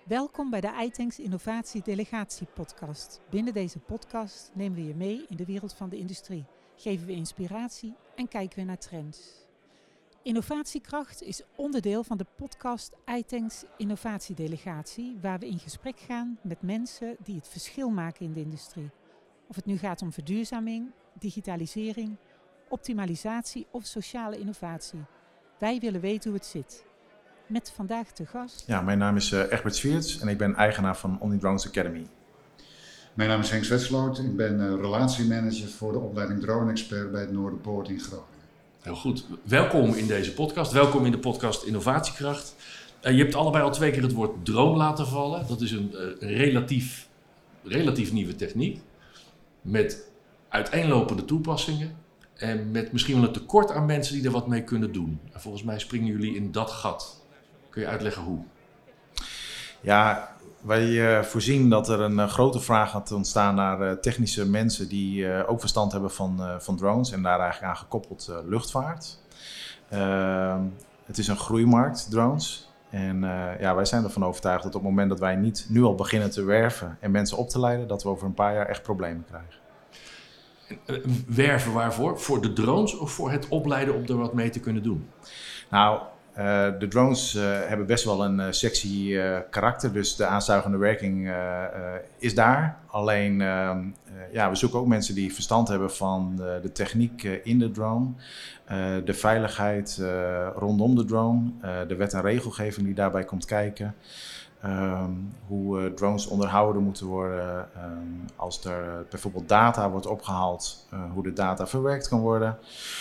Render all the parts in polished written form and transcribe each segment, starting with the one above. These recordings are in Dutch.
Welkom bij de iTanks Innovatie Delegatie podcast. Binnen deze podcast nemen we je mee in de wereld van de industrie, geven we inspiratie en kijken we naar trends. Innovatiekracht is onderdeel van de podcast iTanks Innovatie Delegatie, waar we in gesprek gaan met mensen die het verschil maken in de industrie. Of het nu gaat om verduurzaming, digitalisering, optimalisatie of sociale innovatie. Wij willen weten hoe het zit. Met vandaag te gast. Ja, mijn naam is Egbert Zwierts en ik ben eigenaar van OmniDrones Academy. Mijn naam is Henk Zwetsloot. Ik ben relatiemanager voor de opleiding Drone Expert bij het Noorderpoort in Groningen. Heel goed. Welkom in deze podcast. Welkom in de podcast Innovatiekracht. Je hebt allebei al 2 keer het woord drone laten vallen. Dat is een relatief nieuwe techniek. Met uiteenlopende toepassingen. En met misschien wel een tekort aan mensen die er wat mee kunnen doen. En volgens mij springen jullie in dat gat. Kun je uitleggen hoe? Ja, wij voorzien dat er een grote vraag gaat ontstaan naar technische mensen die ook verstand hebben van drones en daar eigenlijk aan gekoppeld luchtvaart. Het is een groeimarkt, drones. En wij zijn ervan overtuigd dat op het moment dat wij niet nu al beginnen te werven en mensen op te leiden, dat we over een paar jaar echt problemen krijgen. Werven waarvoor? Voor de drones of voor het opleiden om er wat mee te kunnen doen? Nou, de drones hebben best wel een sexy karakter, dus de aanzuigende werking is daar. Alleen, we zoeken ook mensen die verstand hebben van de techniek in de drone, de veiligheid rondom de drone, de wet en regelgeving die daarbij komt kijken. Hoe drones onderhouden moeten worden als er bijvoorbeeld data wordt opgehaald, hoe de data verwerkt kan worden.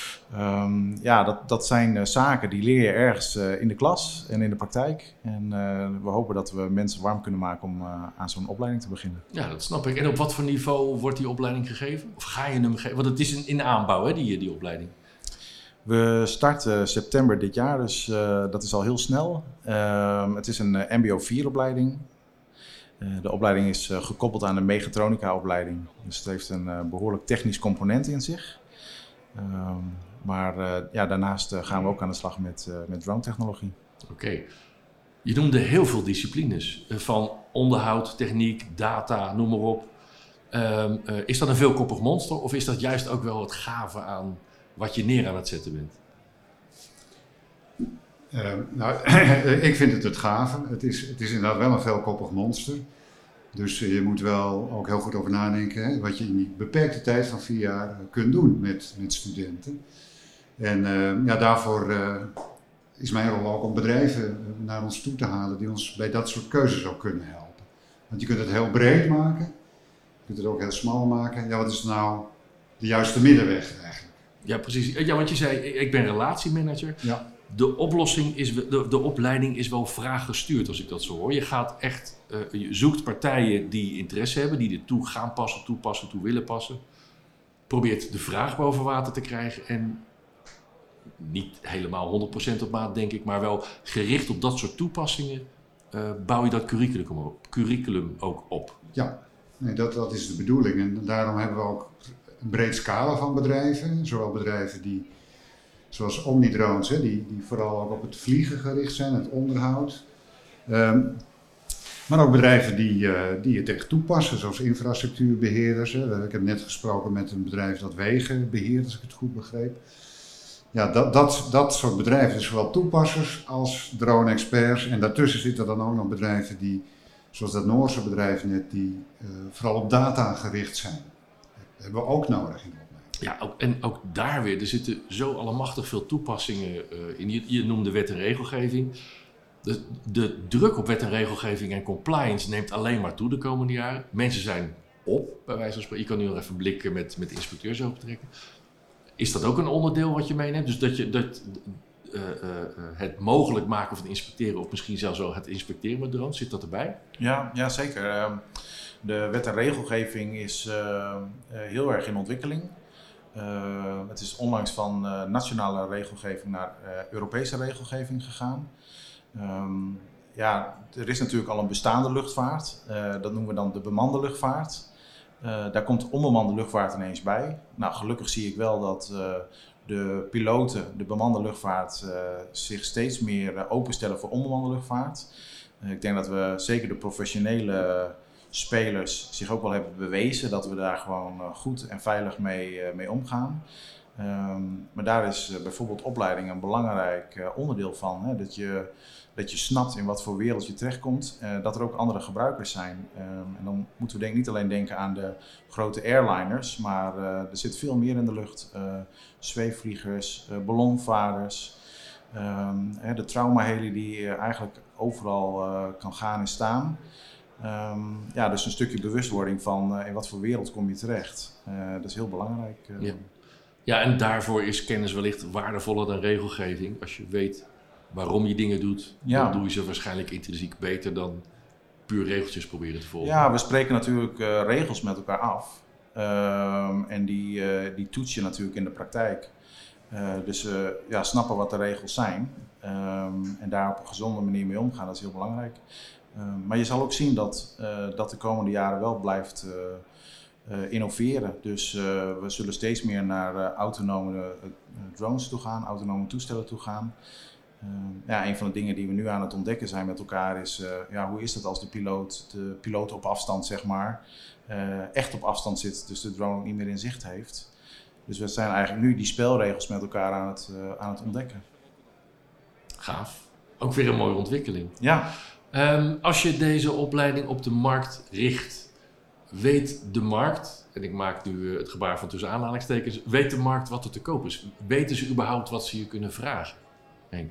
Dat zijn zaken die leer je ergens in de klas en in de praktijk. En we hopen dat we mensen warm kunnen maken om aan zo'n opleiding te beginnen. Ja, dat snap ik. En op wat voor niveau wordt die opleiding gegeven? Of ga je hem geven? Want het is in aanbouw, hè, die opleiding. We starten september dit jaar, dus dat is al heel snel. Het is een MBO 4 opleiding. De opleiding is gekoppeld aan de mechatronica opleiding. Dus het heeft een behoorlijk technisch component in zich. Daarnaast gaan we ook aan de slag met drone technologie. Oké. Je noemde heel veel disciplines. Van onderhoud, techniek, data, noem maar op. Is dat een veelkoppig monster of is dat juist ook wel het gave aan wat je neer aan het zetten bent? Ik vind het gave. Het is inderdaad wel een veelkoppig monster. Dus je moet wel ook heel goed over nadenken wat je in die beperkte tijd van 4 jaar kunt doen met studenten. En daarvoor is mijn rol ook om bedrijven naar ons toe te halen die ons bij dat soort keuzes ook kunnen helpen. Want je kunt het heel breed maken, je kunt het ook heel smal maken. Ja, wat is nou de juiste middenweg eigenlijk? Ja, precies. Ja, want je zei, ik ben relatiemanager. Ja. De oplossing is, de opleiding is wel vraaggestuurd als ik dat zo hoor. Je gaat echt, je zoekt partijen die interesse hebben, die er toe gaan passen, toe willen passen. Probeert de vraag boven water te krijgen en niet helemaal 100% op maat denk ik, maar wel gericht op dat soort toepassingen bouw je dat curriculum ook op. Ja, nee, dat is de bedoeling en daarom hebben we ook een breed scala van bedrijven. Zowel bedrijven die, zoals OmniDrones, die vooral ook op het vliegen gericht zijn, het onderhoud. Maar ook bedrijven die het echt toepassen, zoals infrastructuurbeheerders. Ik heb net gesproken met een bedrijf dat wegen beheert, als ik het goed begreep. Ja, dat soort bedrijven, dus zowel toepassers als drone-experts. En daartussen zitten dan ook nog bedrijven die, zoals dat Noorse bedrijf net, die vooral op data gericht zijn. Dat hebben we ook nodig in de opleiding. Ja, en ook daar weer, er zitten zo allemachtig veel toepassingen in. Je noemde wet en regelgeving. De druk op wet en regelgeving en compliance neemt alleen maar toe de komende jaren. Mensen zijn op, bij wijze van spreken. Je kan nu nog even blikken met inspecteurs optrekken. Is dat ook een onderdeel wat je meeneemt? Dus dat het mogelijk maken van inspecteren of misschien zelfs wel het inspecteren met drones, zit dat erbij? Ja, zeker. De wet en regelgeving is heel erg in ontwikkeling. Het is onlangs van nationale regelgeving naar Europese regelgeving gegaan. Er is natuurlijk al een bestaande luchtvaart. Dat noemen we dan de bemande luchtvaart. Daar komt onbemande luchtvaart ineens bij. Nou, gelukkig zie ik wel dat de piloten, de bemande luchtvaart, zich steeds meer openstellen voor onbemande luchtvaart. Ik denk dat we zeker de professionele spelers zich ook wel hebben bewezen dat we daar gewoon goed en veilig mee omgaan. Maar daar is bijvoorbeeld opleiding een belangrijk onderdeel van. Hè? Dat je snapt in wat voor wereld je terechtkomt. Dat er ook andere gebruikers zijn. En dan moeten we niet alleen denken aan de grote airliners. Maar er zit veel meer in de lucht. Zweefvliegers, ballonvaarders. De traumaheli die eigenlijk overal kan gaan en staan. Dus een stukje bewustwording van in wat voor wereld kom je terecht. Dat is heel belangrijk. Ja, en daarvoor is kennis wellicht waardevoller dan regelgeving. Als je weet waarom je dingen doet, dan doe je ze waarschijnlijk intrinsiek beter dan puur regeltjes proberen te volgen. Ja, we spreken natuurlijk regels met elkaar af. En die toets je natuurlijk in de praktijk. Dus snappen wat de regels zijn. En daar op een gezonde manier mee omgaan, dat is heel belangrijk. Maar je zal ook zien dat de komende jaren wel blijft innoveren. Dus we zullen steeds meer naar autonome drones toe gaan, autonome toestellen toe gaan. Een van de dingen die we nu aan het ontdekken zijn met elkaar is, hoe is het als de piloot op afstand, zeg maar, echt op afstand zit, dus de drone ook niet meer in zicht heeft. Dus we zijn eigenlijk nu die spelregels met elkaar aan het ontdekken. Gaaf. Ook weer een mooie ontwikkeling. Ja. Als je deze opleiding op de markt richt, weet de markt, en ik maak nu het gebaar van tussen aanhalingstekens, weet de markt wat er te koop is? Weten ze überhaupt wat ze je kunnen vragen, Henk?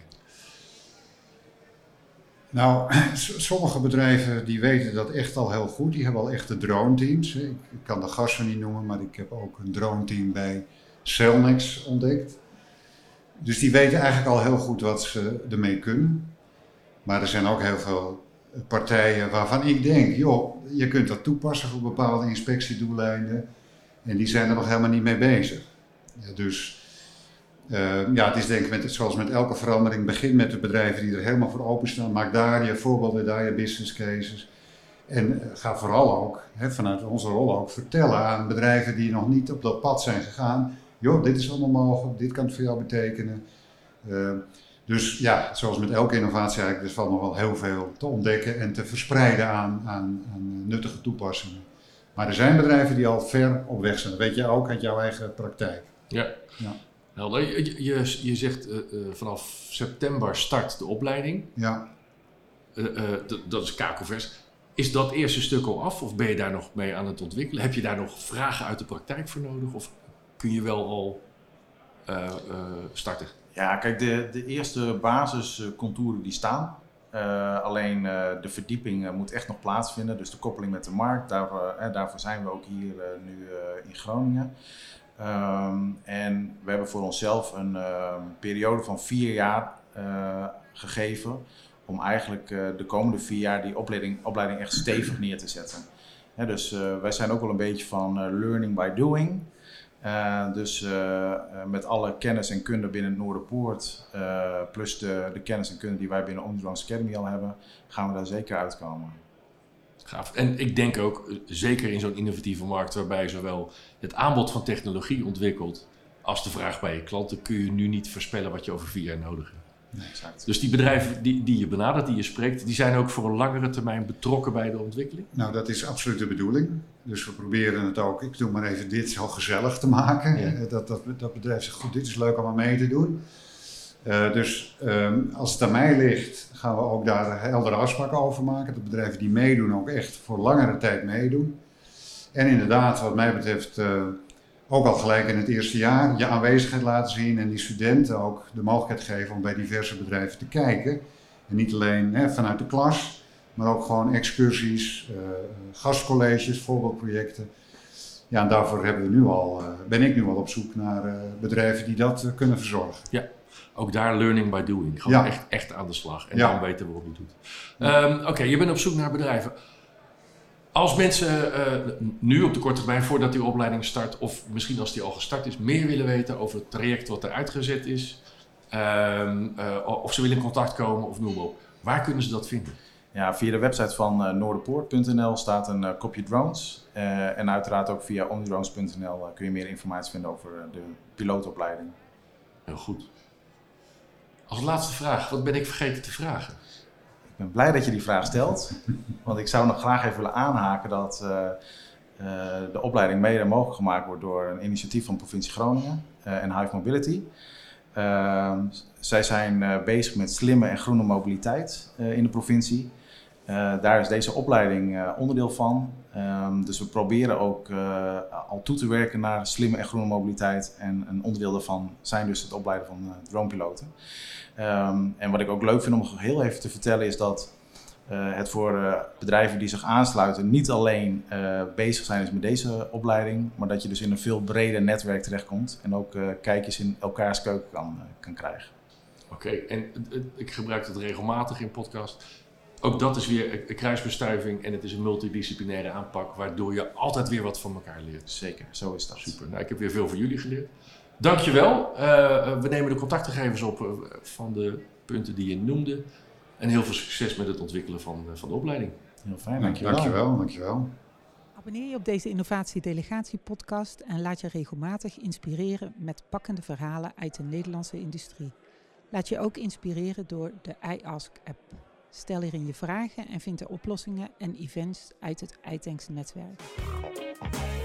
Nou, sommige bedrijven die weten dat echt al heel goed. Die hebben al echte drone teams. Ik kan de gasten niet noemen, maar ik heb ook een drone team bij Cellnex ontdekt. Dus die weten eigenlijk al heel goed wat ze ermee kunnen. Maar er zijn ook heel veel partijen waarvan ik denk, joh, je kunt dat toepassen voor bepaalde inspectiedoeleinden. En die zijn er nog helemaal niet mee bezig. Ja, dus het is denk ik zoals met elke verandering, begin met de bedrijven die er helemaal voor openstaan. Maak daar je voorbeelden, daar je business cases. En ga vooral ook, vanuit onze rol ook, vertellen aan bedrijven die nog niet op dat pad zijn gegaan. Joh, dit is allemaal mogelijk, dit kan het voor jou betekenen. Dus ja, zoals met elke innovatie eigenlijk, er valt nog wel heel veel te ontdekken en te verspreiden aan nuttige toepassingen. Maar er zijn bedrijven die al ver op weg zijn. Dat weet je ook uit jouw eigen praktijk. Ja. Helder. Je zegt vanaf september start de opleiding. Ja. Dat is kakelvers. Is dat eerste stuk al af of ben je daar nog mee aan het ontwikkelen? Heb je daar nog vragen uit de praktijk voor nodig of kun je wel al starten? Ja, kijk, de eerste basiscontouren die staan. Alleen de verdieping moet echt nog plaatsvinden. Dus de koppeling met de markt, daarvoor zijn we ook hier nu in Groningen. En we hebben voor onszelf een periode van 4 jaar gegeven om eigenlijk de komende 4 jaar die opleiding echt stevig neer te zetten. Dus wij zijn ook wel een beetje van learning by doing. Dus met alle kennis en kunde binnen het Noorderpoort, plus de kennis en kunde die wij binnen OmniDrones Academy al hebben, gaan we daar zeker uitkomen. Gaaf. En ik denk ook, zeker in zo'n innovatieve markt waarbij zowel het aanbod van technologie ontwikkelt als de vraag bij je klanten, kun je nu niet voorspellen wat je over 4 jaar nodig hebt. Nee, exact. Dus die bedrijven die je benadert, die je spreekt, die zijn ook voor een langere termijn betrokken bij de ontwikkeling? Nou, dat is absoluut de bedoeling. Dus we proberen het ook, ik doe maar even dit zo gezellig te maken. Ja. Dat bedrijf zegt, goed, dit is leuk om aan mee te doen. Als het aan mij ligt, gaan we ook daar heldere afspraken over maken. De bedrijven die meedoen ook echt voor langere tijd meedoen. En inderdaad, wat mij betreft, ook al gelijk in het eerste jaar je aanwezigheid laten zien en die studenten ook de mogelijkheid geven om bij diverse bedrijven te kijken. En niet alleen vanuit de klas, maar ook gewoon excursies, gastcolleges, voorbeeldprojecten. Ja, en daarvoor ben ik nu al op zoek naar bedrijven die dat kunnen verzorgen. Ja. Ook daar learning by doing. Gewoon echt aan de slag. En dan weten we wat je doet. Oké, je bent op zoek naar bedrijven. Als mensen nu op de korte termijn, voordat die opleiding start, of misschien als die al gestart is, meer willen weten over het traject wat er uitgezet is, of ze willen in contact komen of noem maar op. Waar kunnen ze dat vinden? Ja, via de website van noorderpoort.nl staat een kopje drones. En uiteraard ook via omnidrones.nl kun je meer informatie vinden over de pilootopleiding. Heel goed. Als laatste vraag, wat ben ik vergeten te vragen? Ik ben blij dat je die vraag stelt. Want ik zou nog graag even willen aanhaken dat de opleiding mede mogelijk gemaakt wordt door een initiatief van provincie Groningen en Hive Mobility. Zij zijn bezig met slimme en groene mobiliteit in de provincie. Daar is deze opleiding onderdeel van. Dus we proberen ook al toe te werken naar slimme en groene mobiliteit. En een onderdeel daarvan zijn dus het opleiden van dronepiloten. En wat ik ook leuk vind om nog heel even te vertellen is dat het voor bedrijven die zich aansluiten niet alleen bezig zijn is met deze opleiding, maar dat je dus in een veel breder netwerk terechtkomt en ook kijkjes in elkaars keuken kan krijgen. Oké, en ik gebruik het regelmatig in podcast. Ook dat is weer een kruisbestuiving en het is een multidisciplinaire aanpak, waardoor je altijd weer wat van elkaar leert. Zeker, zo is dat. Super, nou, ik heb weer veel van jullie geleerd. Dankjewel. We nemen de contactgegevens op van de punten die je noemde. En heel veel succes met het ontwikkelen van de opleiding. Heel fijn, dankjewel. Dankjewel. Abonneer je op deze Innovatie-delegatie-podcast en laat je regelmatig inspireren met pakkende verhalen uit de Nederlandse industrie. Laat je ook inspireren door de iAsk-app. Stel hierin je vragen en vind de oplossingen en events uit het iTanks-netwerk.